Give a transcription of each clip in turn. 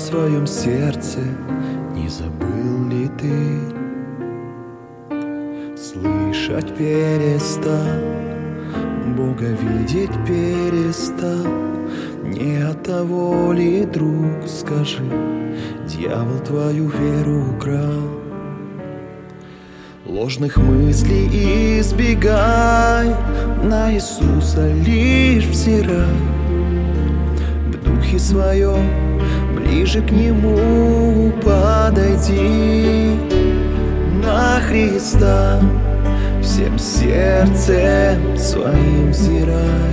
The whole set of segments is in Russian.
своем сердце, не забыл ли ты? Слышать перестал, Бога видеть перестал. Не от того ли, друг, скажи, дьявол твою веру украл? Ложных мыслей избегай, на Иисуса лишь взирай. В духе своем ближе к Нему подойди. На Христа всем сердцем своим взирай.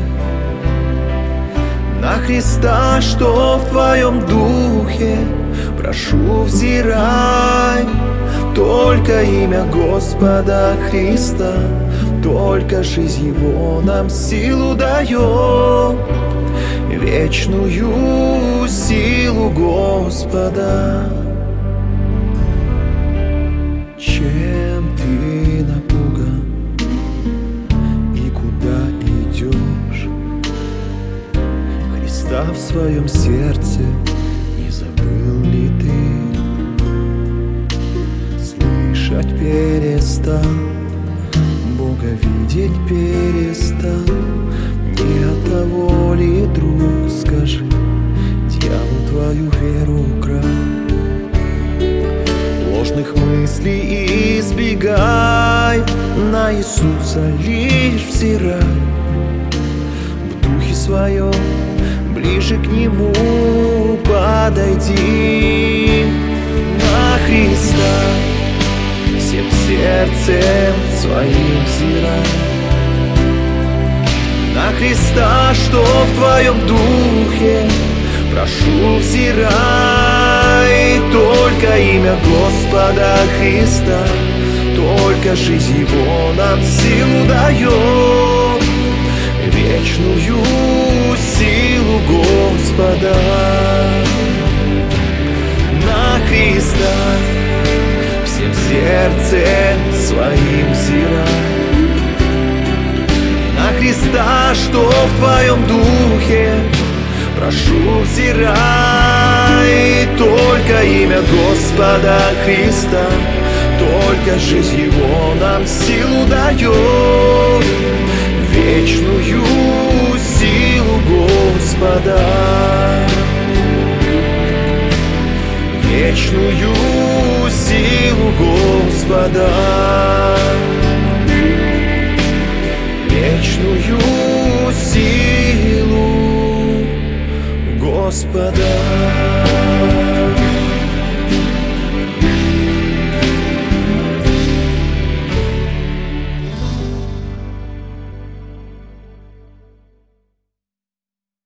На Христа, что в твоем духе, прошу, взирай. Только имя Господа Христа, только жизнь Его нам силу дает, вечную силу Господа. Чем ты напуган и куда идешь? Христа в своем сердце не забыл ли ты? Слышать перестал, Бога видеть перестал. Не от того ли, друг, скажи, дьявол твою веру украл? Ложных мыслей избегай, на Иисуса лишь взирай. В духе своем ближе к Нему подойди. На Христа всем сердцем своим взирай. На Христа, что в твоем духе, прошу, взирай. Только имя Господа Христа, только жизнь Его нам силу дает, вечную силу Господа. На Христа всем сердцем своим взирай. На Христа, что в твоем духе, прошу, взирай. Только имя Господа Христа, только жизнь Его нам силу дает, вечную силу Господа. Вечную силу Господа.